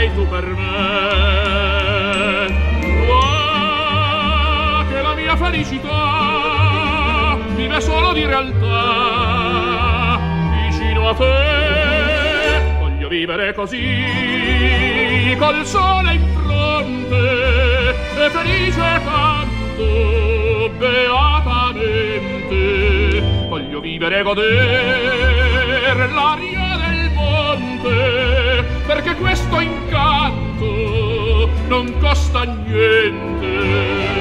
sei tu per me. Ah, che la mia felicità vive solo di realtà vicino a te. Voglio vivere così, col sole in fronte, e felice canto beatamente. Voglio vivere e godere l'aria del monte, perché questo incanto non costa niente.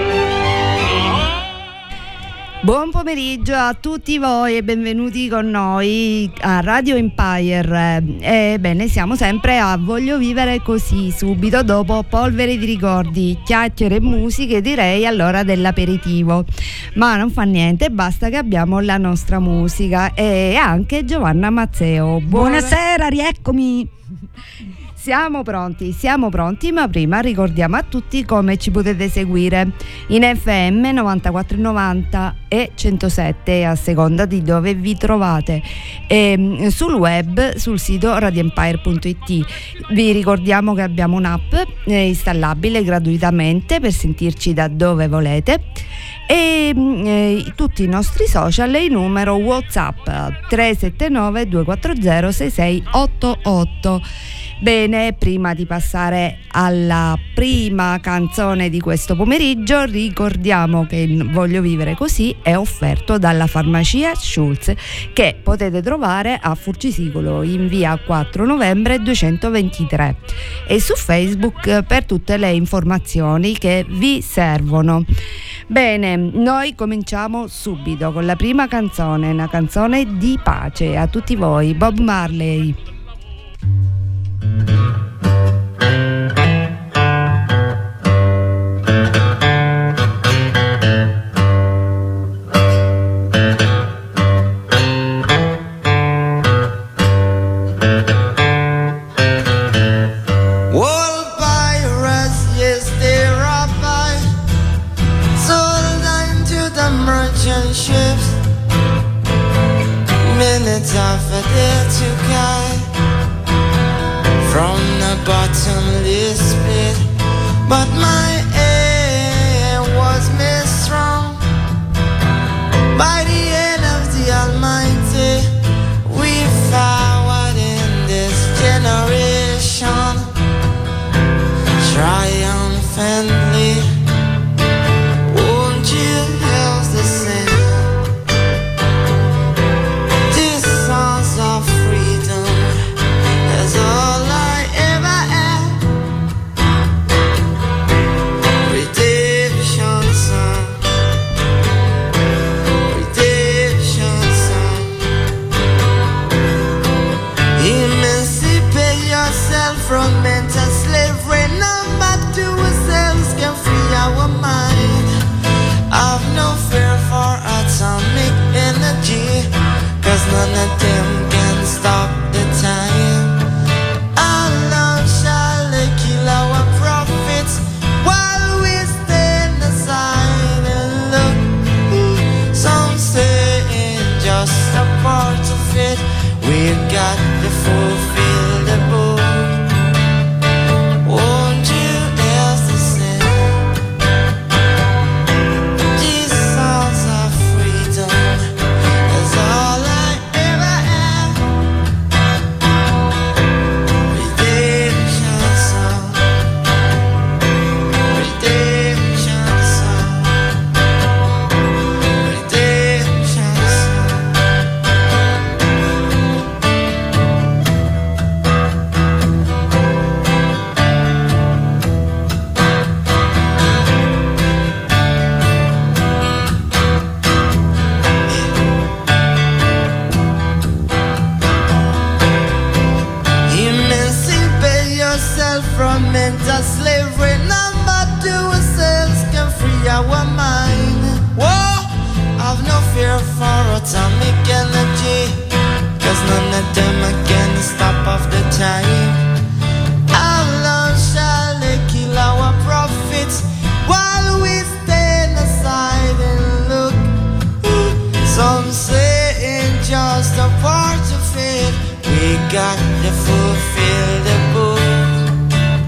Buon pomeriggio a tutti voi e benvenuti con noi a Radio Empire. Ebbene, siamo sempre a Voglio vivere così, subito dopo Polvere di ricordi, chiacchiere e musiche, direi all'ora dell'aperitivo. Ma non fa niente, basta che abbiamo la nostra musica e anche Giovanna Mazzeo. Buonasera, rieccomi. Siamo pronti, ma prima ricordiamo a tutti come ci potete seguire in FM 9490 e 107 a seconda di dove vi trovate, e sul web sul sito radioempire.it. Vi ricordiamo che abbiamo un'app installabile gratuitamente per sentirci da dove volete, e tutti i nostri social e il numero WhatsApp 379 240 6688. Bene, prima di passare alla prima canzone di questo pomeriggio, ricordiamo che il Voglio vivere così è offerto dalla farmacia Schulz, che potete trovare a Furcisicolo in via 4 novembre 223, e su Facebook per tutte le informazioni che vi servono. Bene, noi cominciamo subito con la prima canzone, una canzone di pace a tutti voi, Bob Marley. But my aim was made strong by the hand of the Almighty. We forward in this generation triumphantly. Won't you help the sin? These songs of freedom is all I ever had. From mental slavery, none but to ourselves can free our mind. I've no fear for atomic energy, 'cause none of them can stop the time. How long shall they kill our prophets while we stand aside and look? Some say it's just a part of it. We've got to fulfill the book. From mental slavery, none but to ourselves can free our mind. Whoa, I've no fear for atomic energy, 'cause none of them can stop off the time. How long shall they kill our prophets while we stand aside and look? Some say it's just a part of it. We got to fulfill the book.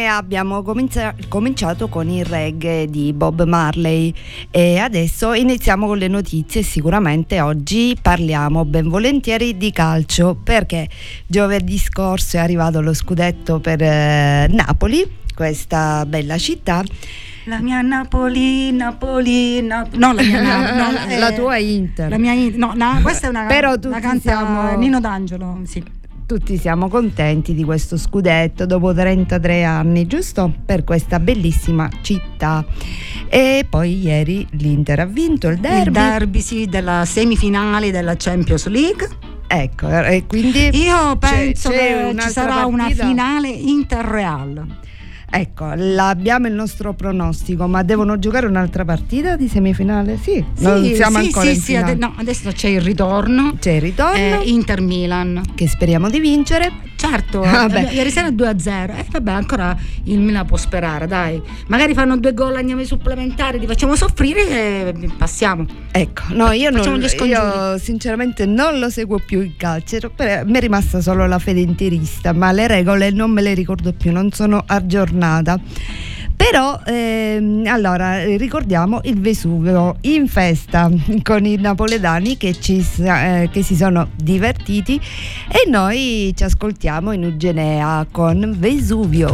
abbiamo cominciato con il reggae di Bob Marley e adesso iniziamo con le notizie. Sicuramente oggi parliamo ben volentieri di calcio, perché giovedì scorso è arrivato lo scudetto per Napoli, questa bella città. La mia Napoli, no, la mia la tua Inter. La mia questa è una canta Nino D'Angelo, sì. Tutti siamo contenti di questo scudetto dopo 33 anni, giusto? Per questa bellissima città. E poi ieri l'Inter ha vinto il derby. Il derby, sì, della semifinale della Champions League. Ecco, e quindi io penso che ci sarà una finale Inter-Real. Ecco, abbiamo il nostro pronostico, ma devono giocare un'altra partita di semifinale? Sì, non siamo ancora in finale. No, adesso c'è il ritorno. C'è il ritorno. Inter-Milan. Che speriamo di vincere. Certo, ieri sera 2-0. Vabbè, ancora il Milan può sperare, dai. Magari fanno 2 gol agli supplementari, li facciamo soffrire e passiamo. Ecco, no, io sinceramente non lo seguo più il calcio. Mi è rimasta solo la fede interista, ma le regole non me le ricordo più, non sono aggiornata. Però allora ricordiamo il Vesuvio in festa con i napoletani che si sono divertiti, e noi ci ascoltiamo in Ugenea con Vesuvio.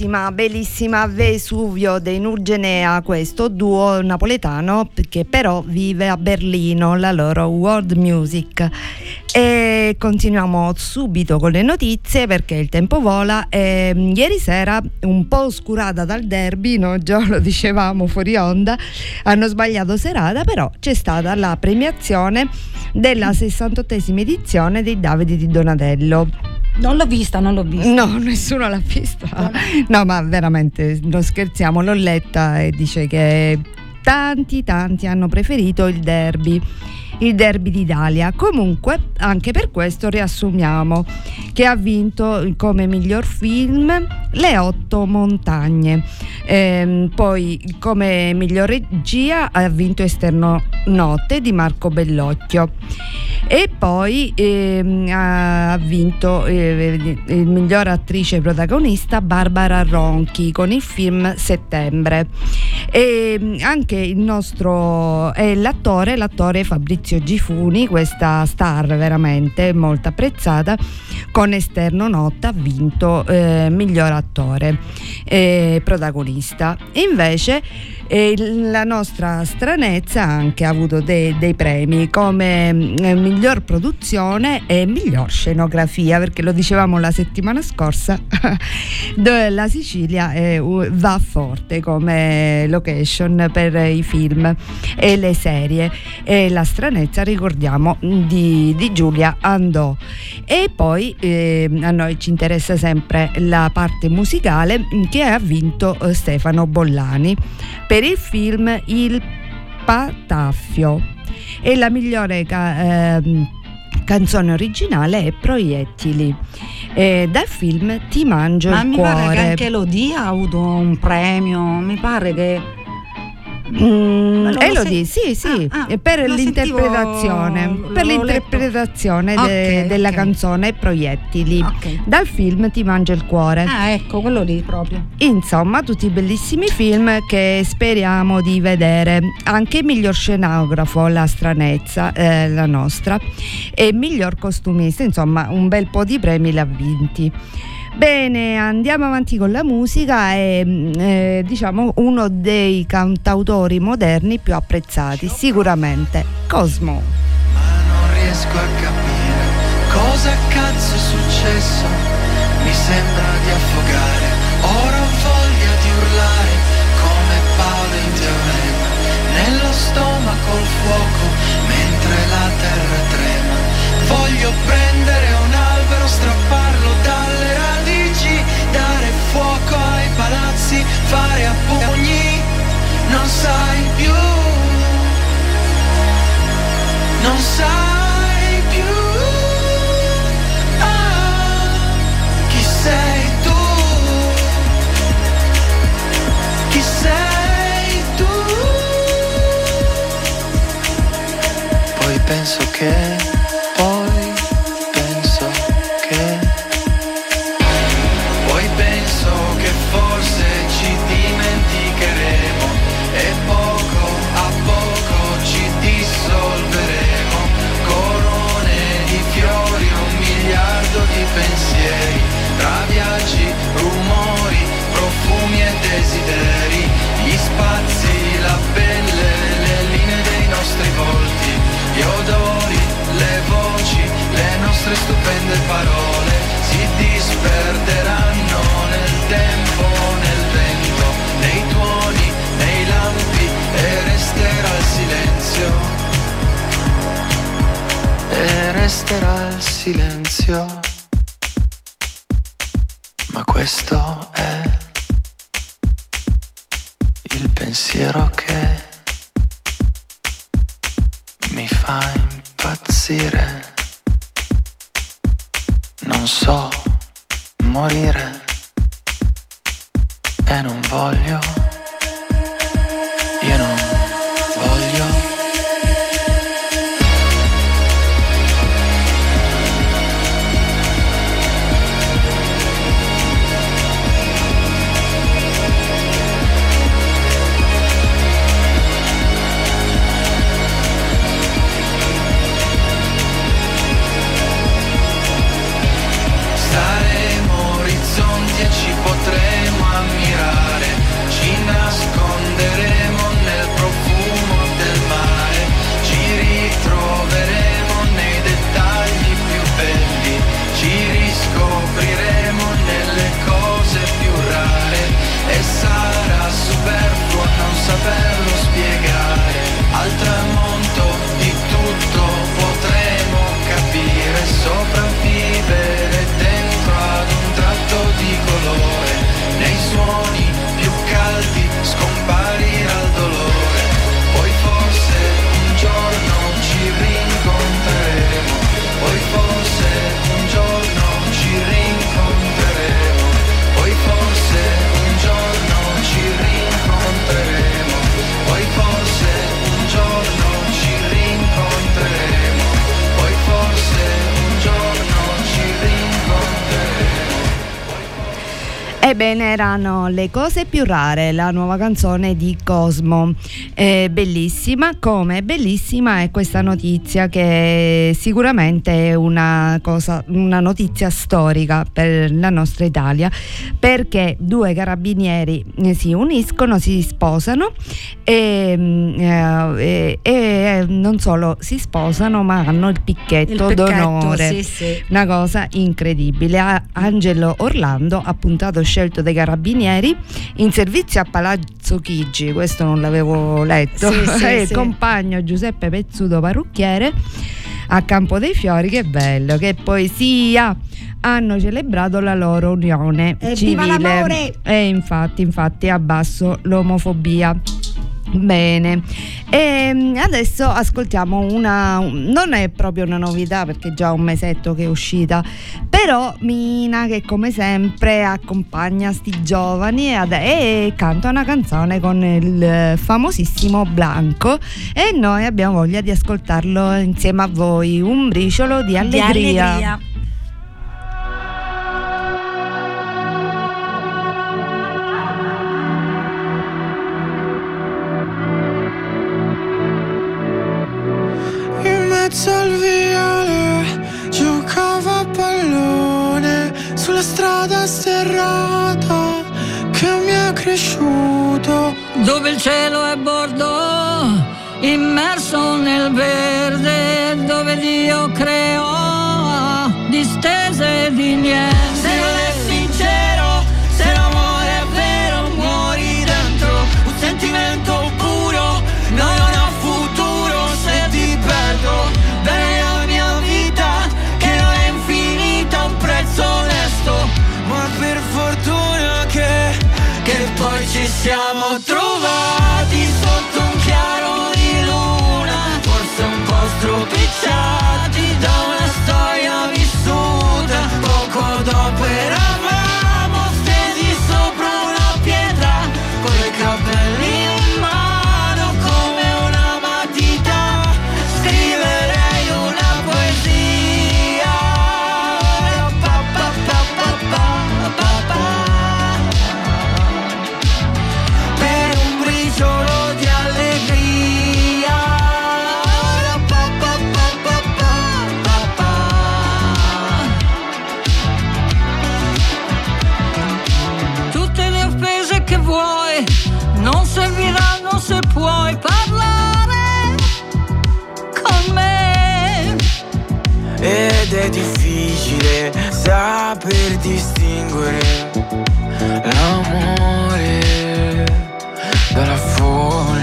bellissima Vesuvio dei Nurgenea, questo duo napoletano che però vive a Berlino, la loro World Music. E continuiamo subito con le notizie perché il tempo vola. Ieri sera, un po' oscurata dal derby, no? Già lo dicevamo fuori onda, hanno sbagliato serata, però c'è stata la premiazione della 68esima edizione dei Davide di Donatello. Non l'ho vista. No, nessuno l'ha vista. No, ma veramente non scherziamo, l'ho letta e dice che tanti hanno preferito il derby d'Italia. Comunque anche per questo riassumiamo che ha vinto come miglior film Le Otto Montagne, poi come miglior regia ha vinto Esterno Notte di Marco Bellocchio, e poi ha vinto il miglior attrice protagonista Barbara Ronchi con il film Settembre, e anche il nostro l'attore Fabrizio Gifuni, questa star veramente molto apprezzata, con Esterno Notte ha vinto miglior attore protagonista. E invece la nostra Stranezza ha anche avuto dei premi come miglior produzione e miglior scenografia, perché lo dicevamo la settimana scorsa dove la Sicilia va forte come location per i film e le serie, e la Stranezza, ricordiamo, di Giulia Andò. E poi a noi ci interessa sempre la parte musicale, che ha vinto Stefano Bollani per il film Il Pataffio, e la migliore canzone originale è Proiettili, dal film Ti mangio il cuore. Ma mi pare che anche Elodie ha avuto un premio, mi pare che Elodie, sì, per l'interpretazione della canzone Proiettili, dal film Ti mangio il cuore. Ecco, quello lì proprio. Insomma, tutti bellissimi film che speriamo di vedere. Anche miglior scenografo la Stranezza, la nostra, e miglior costumista, insomma un bel po' di premi l'ha vinti. Bene, andiamo avanti con la musica e diciamo uno dei cantautori moderni più apprezzati, sicuramente Cosmo. Ma non riesco a capire cosa cazzo è successo, mi sembra di affogare, ora ho voglia di urlare come Paolo in teorema, nello stomaco il fuoco mentre la terra trema, voglio prendere un albero, strapparlo dalle radici, dare fuoco ai palazzi, fare a pugni, non sai più, non sai più, chi sei tu, chi sei tu, poi penso che forse ci dimenticheremo e poco a poco ci dissolveremo, corone di fiori, 1 miliardo di pensieri, tra viaggi, rumori, profumi e desideri, gli spazi, la pelle, le linee dei nostri volti, gli odori, le voci, le nostre stupende parole si disperderanno nel tempo, nel vento, nei tuoni, nei lampi, e resterà il silenzio, e resterà il silenzio, ma questo è il pensiero che mi fa impazzire. Non so morire e non voglio, io non voglio. Saremo orizzonti e ci potremo Ebbene, erano Le cose più rare, la nuova canzone di Cosmo. Bellissima, come bellissima è questa notizia, che sicuramente è una notizia storica per la nostra Italia, perché due carabinieri si uniscono, si sposano e non solo si sposano, ma hanno il picchetto d'onore. Sì. Una cosa incredibile. Angelo Orlando, appuntato scelto dai carabinieri in servizio a Palazzo Chigi, questo non l'avevo letto, e il compagno Giuseppe Pezzuto, parrucchiere, a Campo dei Fiori. Che bello, che poesia! Hanno celebrato la loro unione civile. Viva l'amore! E infatti abbasso l'omofobia. Bene, e adesso ascoltiamo non è proprio una novità perché è già un mesetto che è uscita, però Mina, che come sempre accompagna sti giovani e canta una canzone con il famosissimo Blanco, e noi abbiamo voglia di ascoltarlo insieme a voi. Un briciolo di allegria. Al viale giocavo a pallone sulla strada sterrata che mi è cresciuto, dove il cielo è bordo immerso nel verde, dove Dio creò distese di niente. Se non è sincero, se l'amore è vero, muori dentro un sentimento puro. No, non ho futuro se ti perdo. Bene la mia vita, che non è infinita, un prezzo onesto, ma per fortuna che poi ci siamo trovati sotto un chiaro di luna, forse un po' stropicciati da una storia vissuta. Poco dopo eravamo stesi sopra una pietra, con i capelli in mano come una matita. Scriverei una poesia pa, pa, pa, pa, pa, pa, pa. Per un briciolo di allegria pa, pa, pa, pa, pa, pa. Tutte le offese che vuoi non serviranno se puoi parlare con me. ed è difficile saper distinguere l'amore dalla follia.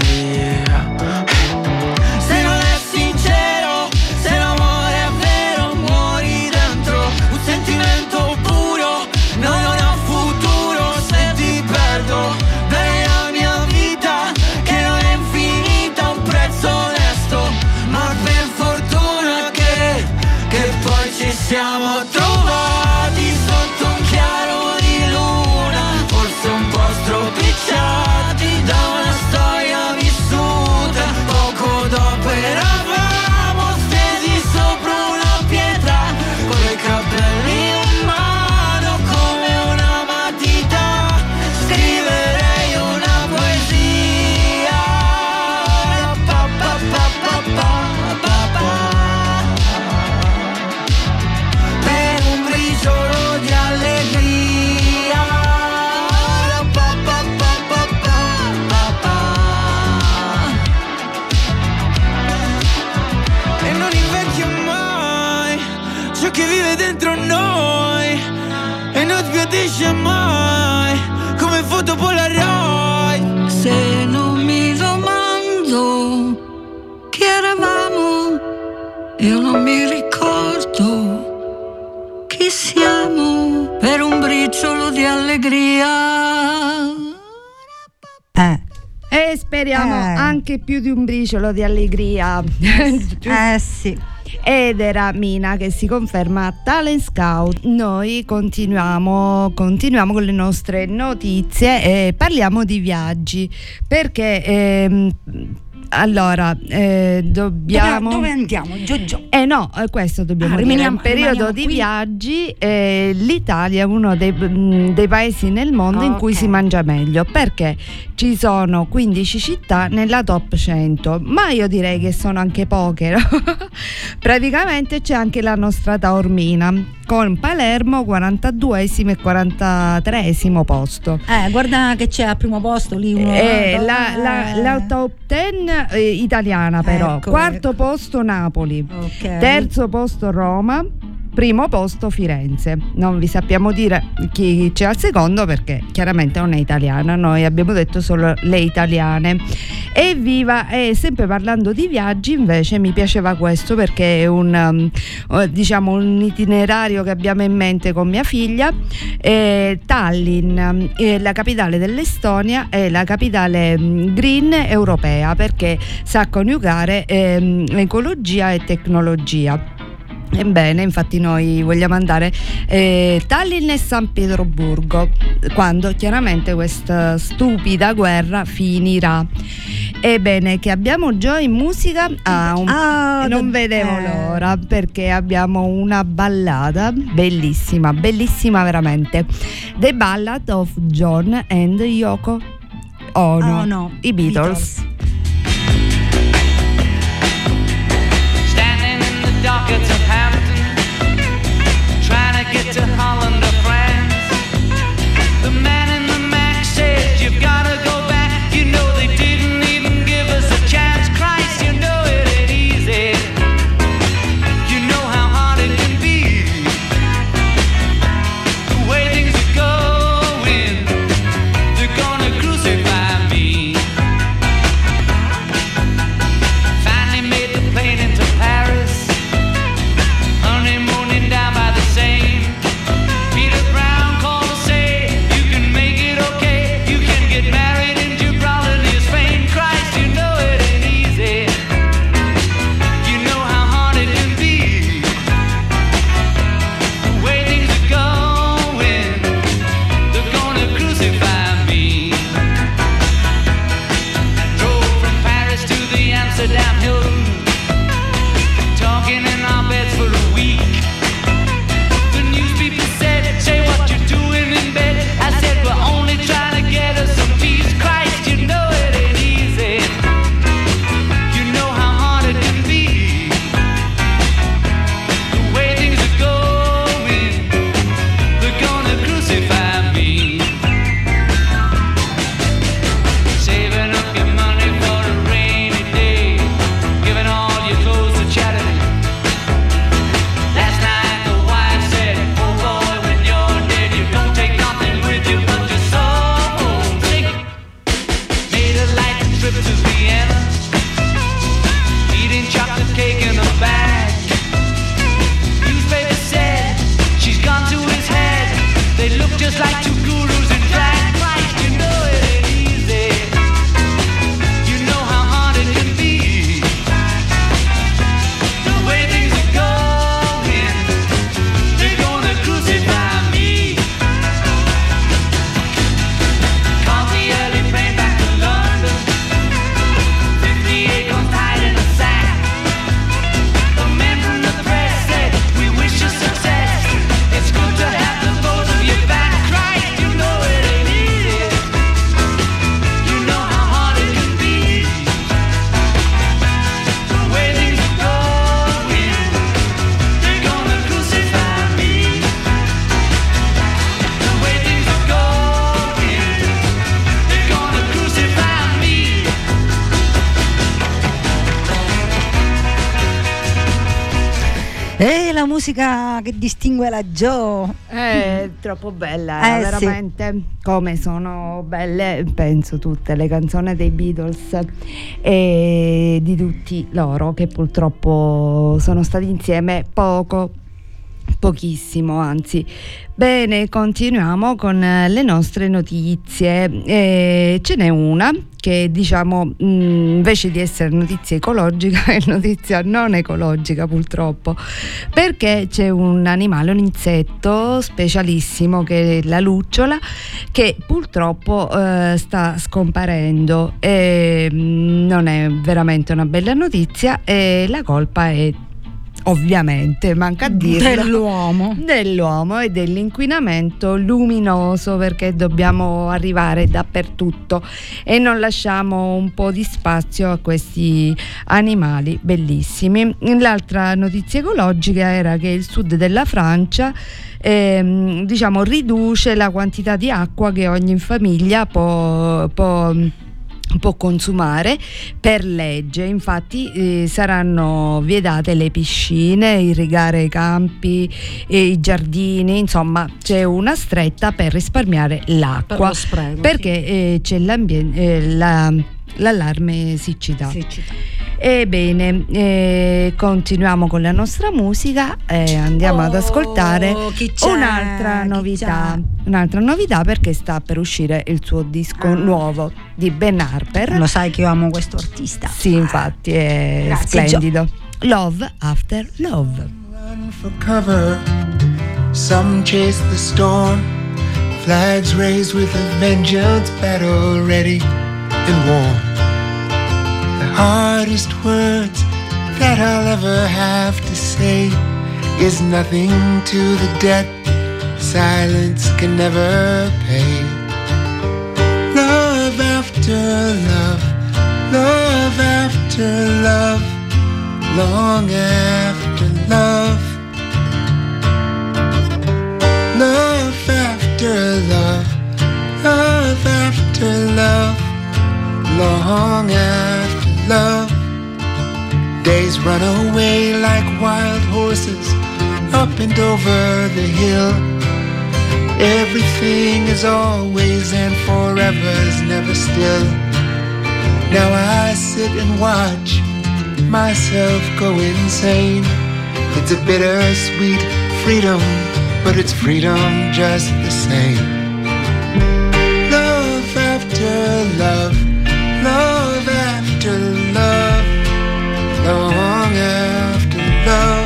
Se non è sincero, se l'amore è vero, muori dentro un sentimento puro. No, non ho futuro se ti perdo. Bene la mia vita, che non è infinita, un prezzo onesto, ma per fortuna che poi ci siamo trovati sotto un chiaro di luna, forse un po' stropicciati da una storia vissuta. Poco dopo eravamo stesi sopra una pietra, con i capelli in mano come una matita. Scriverei una poesia pa, pa, pa, pa, pa, pa, pa. Per un briciolo di allegria pa, pa, pa, pa, pa, pa, pa. E non invecchia mai ciò che vive dentro noi, e non sbiadisce mai come foto Polaroid. Se non mi domando chi eravamo, io non mi ricordo chi siamo. Per un briciolo di allegria. E speriamo anche più di un briciolo di allegria. Sì. Ed era Mina che si conferma talent scout. Noi continuiamo con le nostre notizie e parliamo di viaggi, perché Allora, dobbiamo... Dove andiamo? Giorgio? No, questo dobbiamo dire. In periodo di qui. Viaggi l'Italia è uno dei paesi nel mondo in cui si mangia meglio, perché ci sono 15 città nella top 100, ma io direi che sono anche poche, no? Praticamente c'è anche la nostra Taormina, con Palermo 42esimo e 43esimo posto. Guarda che c'è al primo posto lì uno, la top 10 italiana, però. Quarto posto Napoli, terzo posto Roma, primo posto Firenze. Non vi sappiamo dire chi c'è al secondo perché chiaramente non è italiana, noi abbiamo detto solo le italiane. Evviva! E sempre parlando di viaggi, invece mi piaceva questo perché è un itinerario che abbiamo in mente con mia figlia. Tallinn è la capitale dell'Estonia, è la capitale green europea perché sa coniugare ecologia e tecnologia. Ebbene, infatti noi vogliamo andare Tallinn e San Pietroburgo quando chiaramente questa stupida guerra finirà. Ebbene, che abbiamo già in musica non vedevo l'ora perché abbiamo una ballata bellissima, bellissima veramente. The Ballad of John and Yoko Ono, i Beatles. Dockets of Hampton, trying to get to Holland or France. The man in the Mac said, you've got to go back. You know they didn't even give us a chance. Christ, you know it ain't easy. You know how hard it can be. The way things are going, they're gonna crucify me. Finally made the plane into Paris. Down by the Seine. Peter Brown called to say, you can make it okay. You can get married in Gibraltar near Spain. Christ, you know it ain't easy. You know how hard it can be. The way things are going, they're gonna crucify me. Drove from Paris to the Amsterdam Hilton, talking in our beds for a week. Say what you're doing in bed. I said we're only trying to get us some peace. Christ, you know it ain't easy. You know how hard it can be. The way things are going, they're gonna crucify me. Saving up your money for a rainy day, giving all your clothes to charity. Last night the wife said, oh boy, don't take nothing with you but your soul. Made a light trip to Vienna, eating chocolate cake in a bag. Newspaper said she's gone to his head. They look just like two gurus in drag. Christ, you know it ain't easy. You know how hard it can be. The way things are going, they're gonna crucify me. Caught the early plane back to London, 58 guns tied in a sack. The man from the press said, we wish you success. It's good to have the both of you back. Christ, you know it ain't easy. You know how hard it can be. The way things are going, they're gonna crucify me. The way things are going, they're gonna crucify me. E la musica che distingue la Joe. È troppo bella, veramente. Sì. Come sono belle, penso, tutte le canzoni dei Beatles e di tutti loro che purtroppo sono stati insieme poco pochissimo, anzi. Bene, continuiamo con le nostre notizie. Ce n'è una che, diciamo, invece di essere notizia ecologica è notizia non ecologica, purtroppo, perché c'è un animale, un insetto specialissimo che è la lucciola, che purtroppo sta scomparendo, e non è veramente una bella notizia, e la colpa è ovviamente, manca a dirlo, dell'uomo e dell'inquinamento luminoso, perché dobbiamo arrivare dappertutto e non lasciamo un po' di spazio a questi animali bellissimi. L'altra notizia ecologica era che il sud della Francia diciamo riduce la quantità di acqua che ogni famiglia può consumare per legge. Infatti saranno vietate le piscine, irrigare i campi e i giardini, insomma c'è una stretta per risparmiare l'acqua, per lo spreco, perché c'è l'allarme siccità. Ebbene, continuiamo con la nostra musica e andiamo ad ascoltare un'altra novità, perché sta per uscire il suo disco nuovo di Ben Harper. Lo sai che io amo questo artista. Sì, infatti è Grazie, splendido. Love After Love. Run for cover, some chase the storm, flags raised with a vengeance, battle ready and warm. The hardest words that I'll ever have to say is nothing to the debt silence can never pay. Love after love, love after love, long after love. Love after love, love after love, long after love. Days run away like wild horses, up and over the hill. Everything is always and forever's never still. Now I sit and watch myself go insane. It's a bittersweet freedom, but it's freedom just the same. Love after love, love after love, long after love.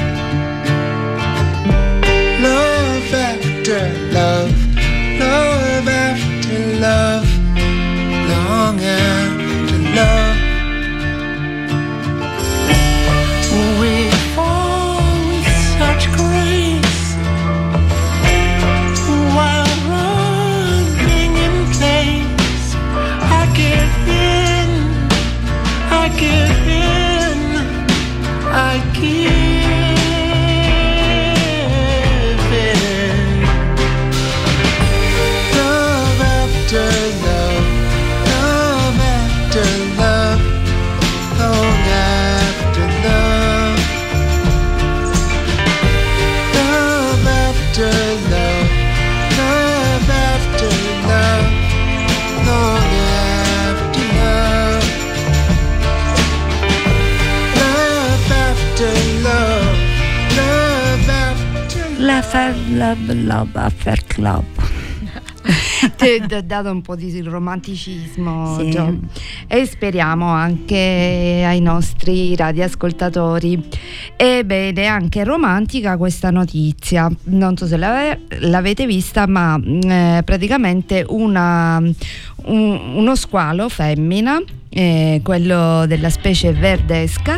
Love after love, love after love, long after love. We fall with such grace while running in place. I give in, I give in, I give in. Love after love, love after love, long after love. Love after love, love after love, long after love. Love after love, love after Love After Club. Ti ho dato un po' di romanticismo, Sì. Gio. E speriamo anche ai nostri radioascoltatori. Ebbene, anche romantica questa notizia, non so se l'avete vista, ma praticamente uno squalo femmina, quello della specie verdesca,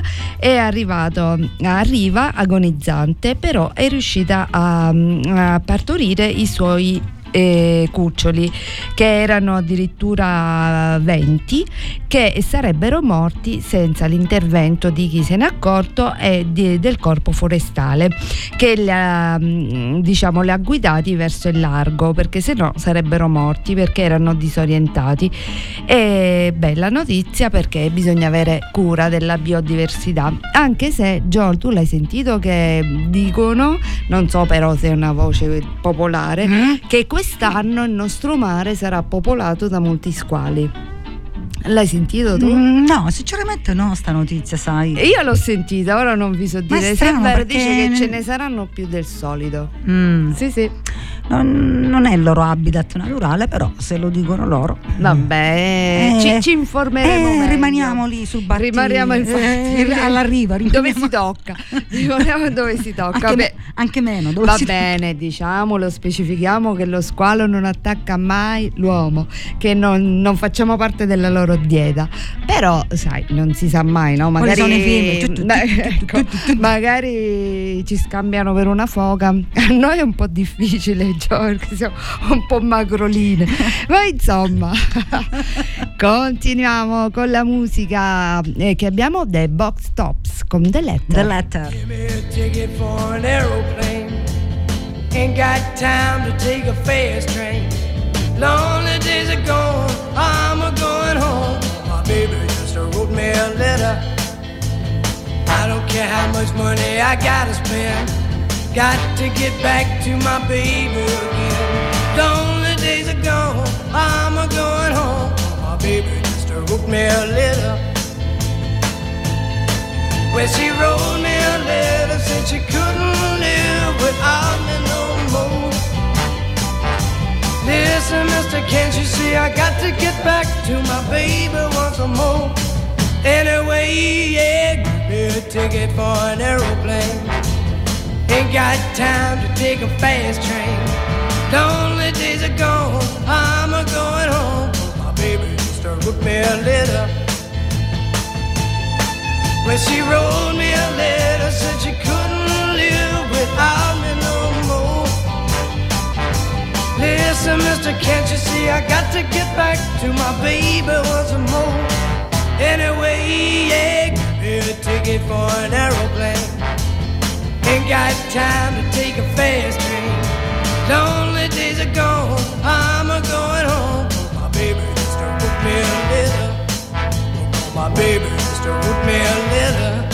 arriva agonizzante, però è riuscita a partorire i suoi cuccioli, che erano addirittura 20, che sarebbero morti senza l'intervento di chi se n'è accorto e del corpo forestale, che li ha guidati verso il largo, perché sennò sarebbero morti, perché erano disorientati. E bella notizia, perché bisogna avere cura della biodiversità, anche se, Gio, tu l'hai sentito che dicono, non so però se è una voce popolare, che quest'anno il nostro mare sarà popolato da molti squali. L'hai sentito tu? No, sinceramente no, sta notizia, sai. Io l'ho sentita, ora non vi so Ma dire è se è strano, vero, perché dice che ce ne saranno più del solito. Sì, sì. Non è il loro habitat naturale, però se lo dicono loro. Vabbè, ci informeremo meglio. Rimaniamo lì sul battito. Rimaniamo infatti alla riva. dove si tocca. Rimaniamo dove si tocca. Anche meno. Va bene, diciamolo, specifichiamo che lo squalo non attacca mai l'uomo, che non facciamo parte della loro dieta. Però, sai, non si sa mai, no? Magari sono i film. Magari ci scambiano per una foca. A noi è un po' difficile, perché siamo un po' magroline, ma insomma continuiamo con la musica che abbiamo, The Box Tops con The Letter. Give me a ticket for an aeroplane, ain't got time to take a fast train, lonely days are gone, I'm a going home, my baby just wrote me a letter, I don't care how much money I gotta spend, got to get back to my baby again. Lonely days are gone, I'm a going home. My baby just wrote me a letter. Well, she wrote me a letter, said she couldn't live without me no more. Listen, mister, can't you see I got to get back to my baby once more. Anyway, yeah, give me a ticket for an aeroplane. Ain't got time to take a fast train. Lonely days are gone, I'm a going home. My baby just wrote me a letter. Well, she wrote me a letter, said she couldn't live without me no more. Listen, mister, can't you see I got to get back to my baby once more. Anyway, yeah, give me a ticket for an aeroplane. Ain't got time to take a fast train. Lonely days are gone, I'm a going home. My baby just wrote me a letter. My baby just wrote me a letter.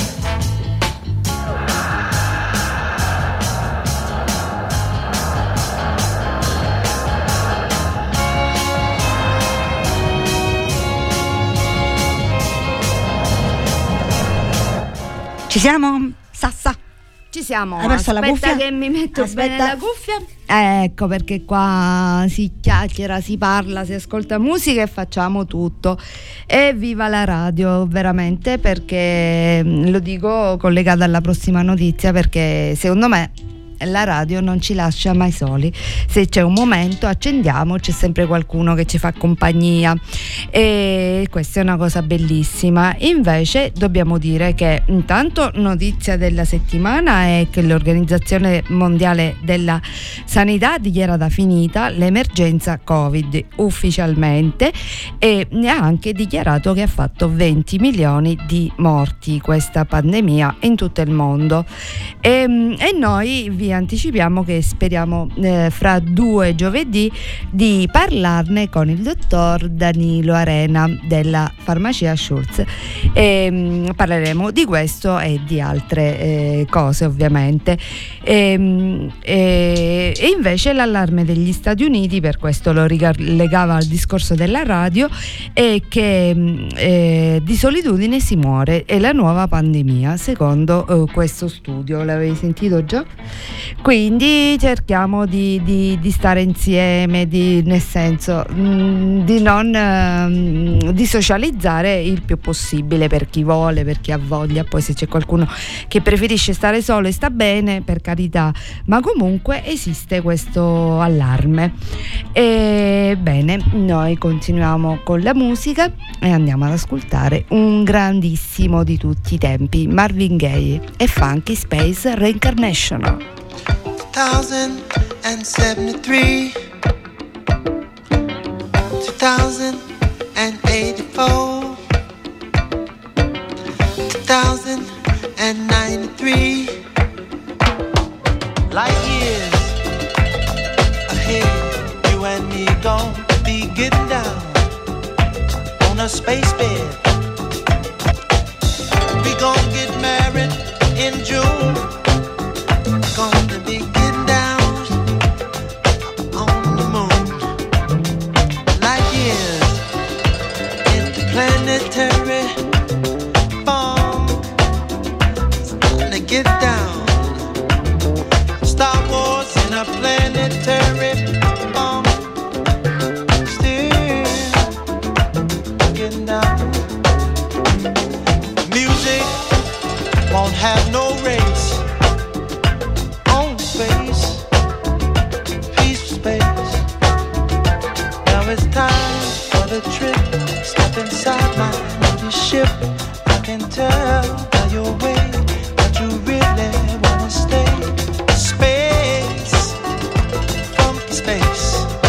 Ci siamo? Sassa? Ci siamo. Hai perso la cuffia? Che mi metto bene Aspetta. la cuffia. Ecco perché qua si chiacchiera, si parla, si ascolta musica e facciamo tutto. E viva la radio, veramente, perché lo dico collegata alla prossima notizia, perché secondo me la radio non ci lascia mai soli. Se c'è un momento accendiamo, c'è sempre qualcuno che ci fa compagnia e questa è una cosa bellissima. Invece dobbiamo dire che intanto notizia della settimana è che l'Organizzazione Mondiale della Sanità ha dichiarata finita l'emergenza Covid ufficialmente e ha anche dichiarato che ha fatto 20 milioni di morti questa pandemia in tutto il mondo e noi vi anticipiamo che speriamo fra 2 giovedì di parlarne con il dottor Danilo Arena della farmacia Schulz e parleremo di questo e di altre cose ovviamente e invece l'allarme degli Stati Uniti, per questo lo legava al discorso della radio, è che di solitudine si muore, è la nuova pandemia secondo questo studio. L'avevi sentito già? Quindi cerchiamo di stare insieme, nel senso di non di socializzare il più possibile, per chi vuole, per chi ha voglia. Poi se c'è qualcuno che preferisce stare solo e sta bene, per carità, ma comunque esiste questo allarme. E bene, noi continuiamo con la musica e andiamo ad ascoltare un grandissimo di tutti i tempi, Marvin Gaye e Funky Space Reincarnation. 2073, 2084, 2093. Light years ahead, you and me gon' be getting down on a space bed. We gon' get married in June. Gonna be getting down on the moon. Light years in the planet. planetary bomb. It's time to get down. Star Wars in a planetary bomb. Still getting down. Music won't have no race. On space, peace space. Now it's time for the trip. Step inside my empty ship. I can tell by your way that you really wanna stay. Space, funky space,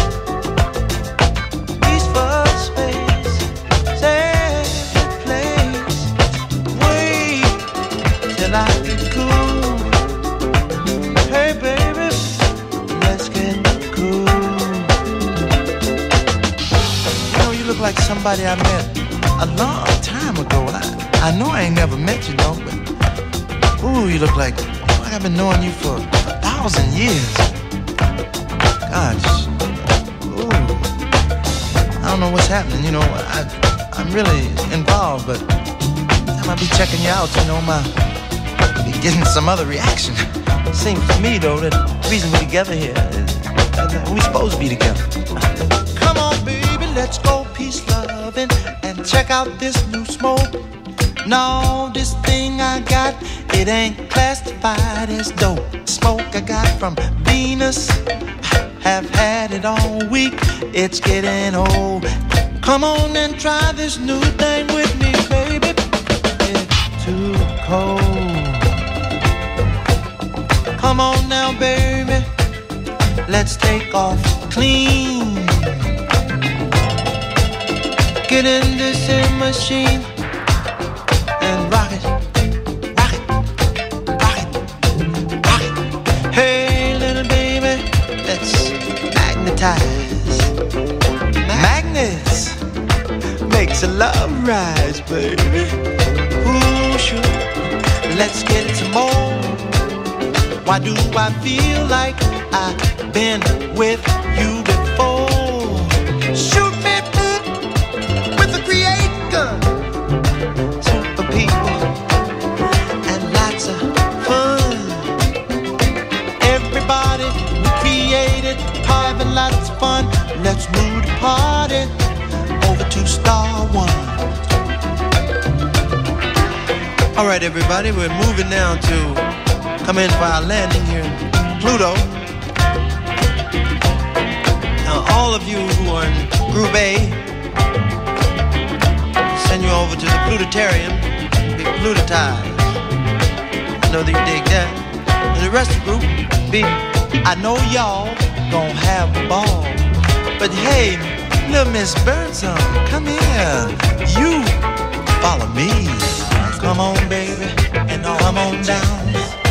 peaceful space, safe place. Wait till I get cool. Hey baby, let's get cool. You know, you look like somebody I met a long time ago. I know I ain't never met you, though, but ooh, you look like I've been knowing you for 1,000 years. Gosh, ooh, I don't know what's happening. You know, I'm really involved, but every time I be checking you out, you know, I be getting some other reaction. It seems to me, though, that the reason we're together here is that we're supposed to be together. Come on, baby, let's go peace loving and check out this new smoke. No, this thing I got, it ain't classified as dope. Smoke I got from Venus, have had it all week. It's getting old. Come on and try this new thing with me, baby. It's too cold. Come on now, baby, let's take off clean. Get in this machine and rock it, rock it, rock it, rock it. Hey, little baby, let's magnetize. Magnets makes a love rise, baby. Ooh, sure. Let's get some more. Why do I feel like I've been with you before? Shoot me with a create gun. Super people and lots of fun. Everybody we created having lots of fun. Let's move the party over to Star One. All right, everybody, we're moving now to come in for our landing here in Pluto. Now, all of you who are in Group A, send you over to the Plutotarium, be plutotized. I know that you dig that. And the rest of the Group B, I know y'all gon' have a ball. But hey, little Miss Birdsong, come here. You follow me. Come on, baby, and come on down.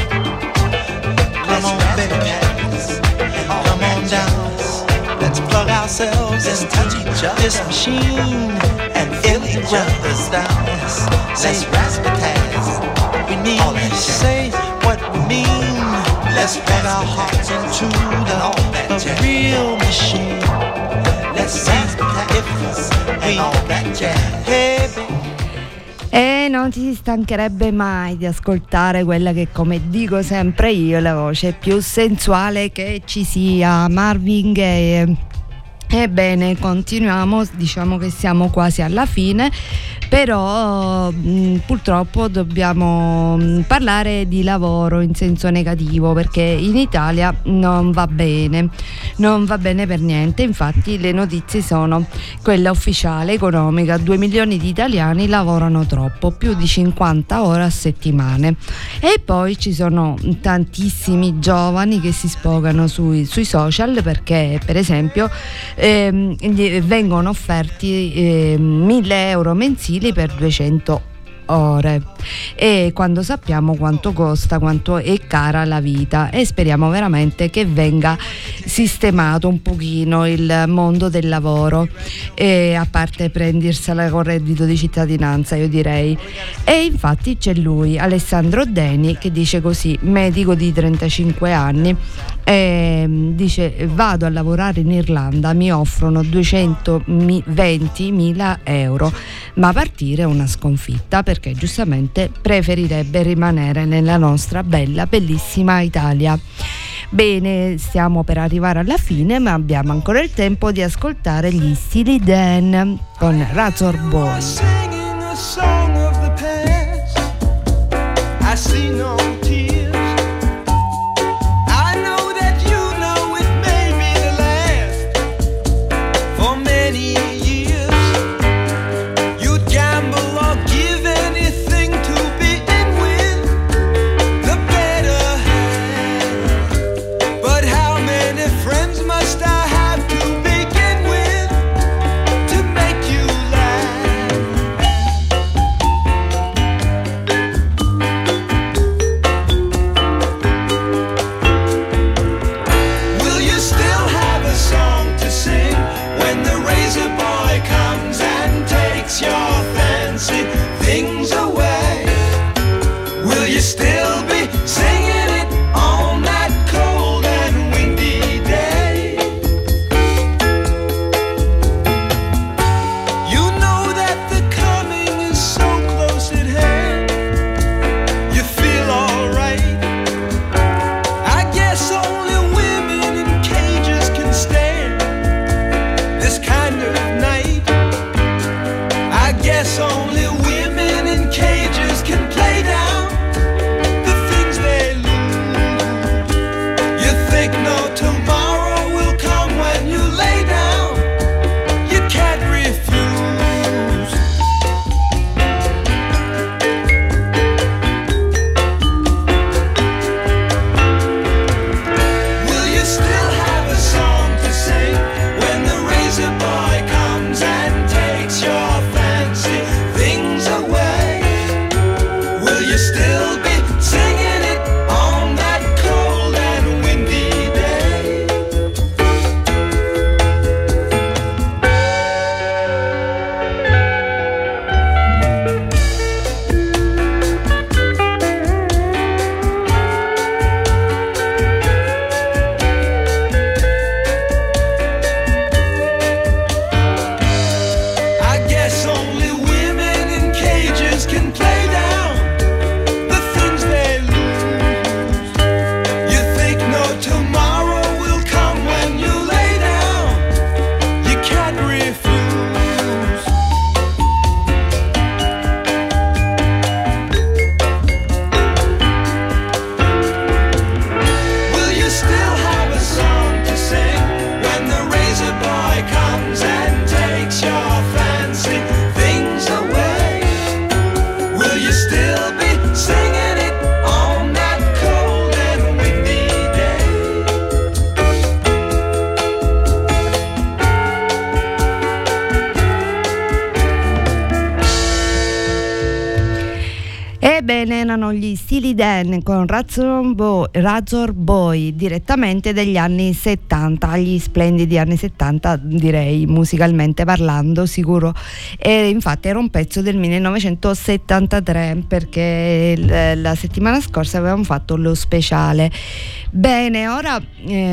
Come on, baby, come on down. Let's plug ourselves and touch each other. This machine and feel each other's down. Let's razzmatazz. We need to say what we mean. Let's plug our hearts into the real machine. Let's razzmatazz if we all that jazz. Hey, baby. E non ti si stancherebbe mai di ascoltare quella che, come dico sempre io, è la voce più sensuale che ci sia, Marvin Gaye. Ebbene, continuiamo, diciamo che siamo quasi alla fine, però purtroppo dobbiamo parlare di lavoro in senso negativo, perché in Italia non va bene per niente. Infatti le notizie sono quella ufficiale economica: 2 milioni di italiani lavorano troppo, più di 50 ore a settimana. E poi ci sono tantissimi giovani che si sfogano sui social perché, per esempio, vengono offerti 1.000 euro mensili per 200 ore, e quando sappiamo quanto costa, quanto è cara la vita, e speriamo veramente che venga sistemato un pochino il mondo del lavoro, e a parte prendersela con reddito di cittadinanza, io direi. E infatti c'è lui, Alessandro Deni, che dice così: medico di 35 anni, Dice: vado a lavorare in Irlanda, mi offrono 220.000 euro, ma partire è una sconfitta perché giustamente preferirebbe rimanere nella nostra bellissima Italia. Bene, stiamo per arrivare alla fine, ma abbiamo ancora il tempo di ascoltare gli Steely Dan con Razor Boy. Ebbene, erano gli Steely Dan con Razor Boy, direttamente degli anni 70, gli splendidi anni 70, direi, musicalmente parlando, sicuro. E infatti era un pezzo del 1973, perché la settimana scorsa avevamo fatto lo speciale. Bene, ora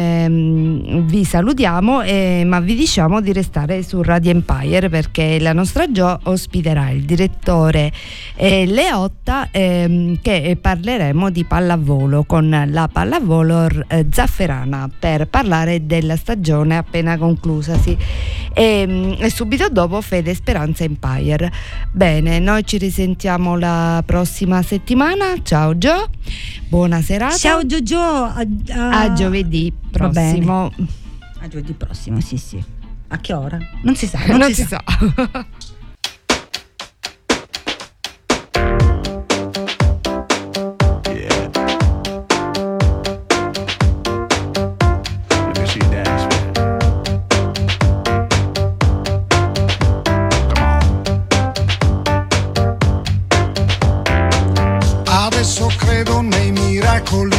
vi salutiamo, ma vi diciamo di restare su Radio Empire, perché la nostra Gio ospiterà il direttore Leotta, che parleremo di pallavolo con la pallavolo zafferana, per parlare della stagione appena conclusasi, e subito dopo Fede Speranza Empire. Bene, noi ci risentiamo la prossima settimana. Ciao Gio, buona serata. Ciao Giorgio, a giovedì prossimo. A giovedì prossimo, sì. A che ora? Non si sa. Non si sa. Adesso credo nei miracoli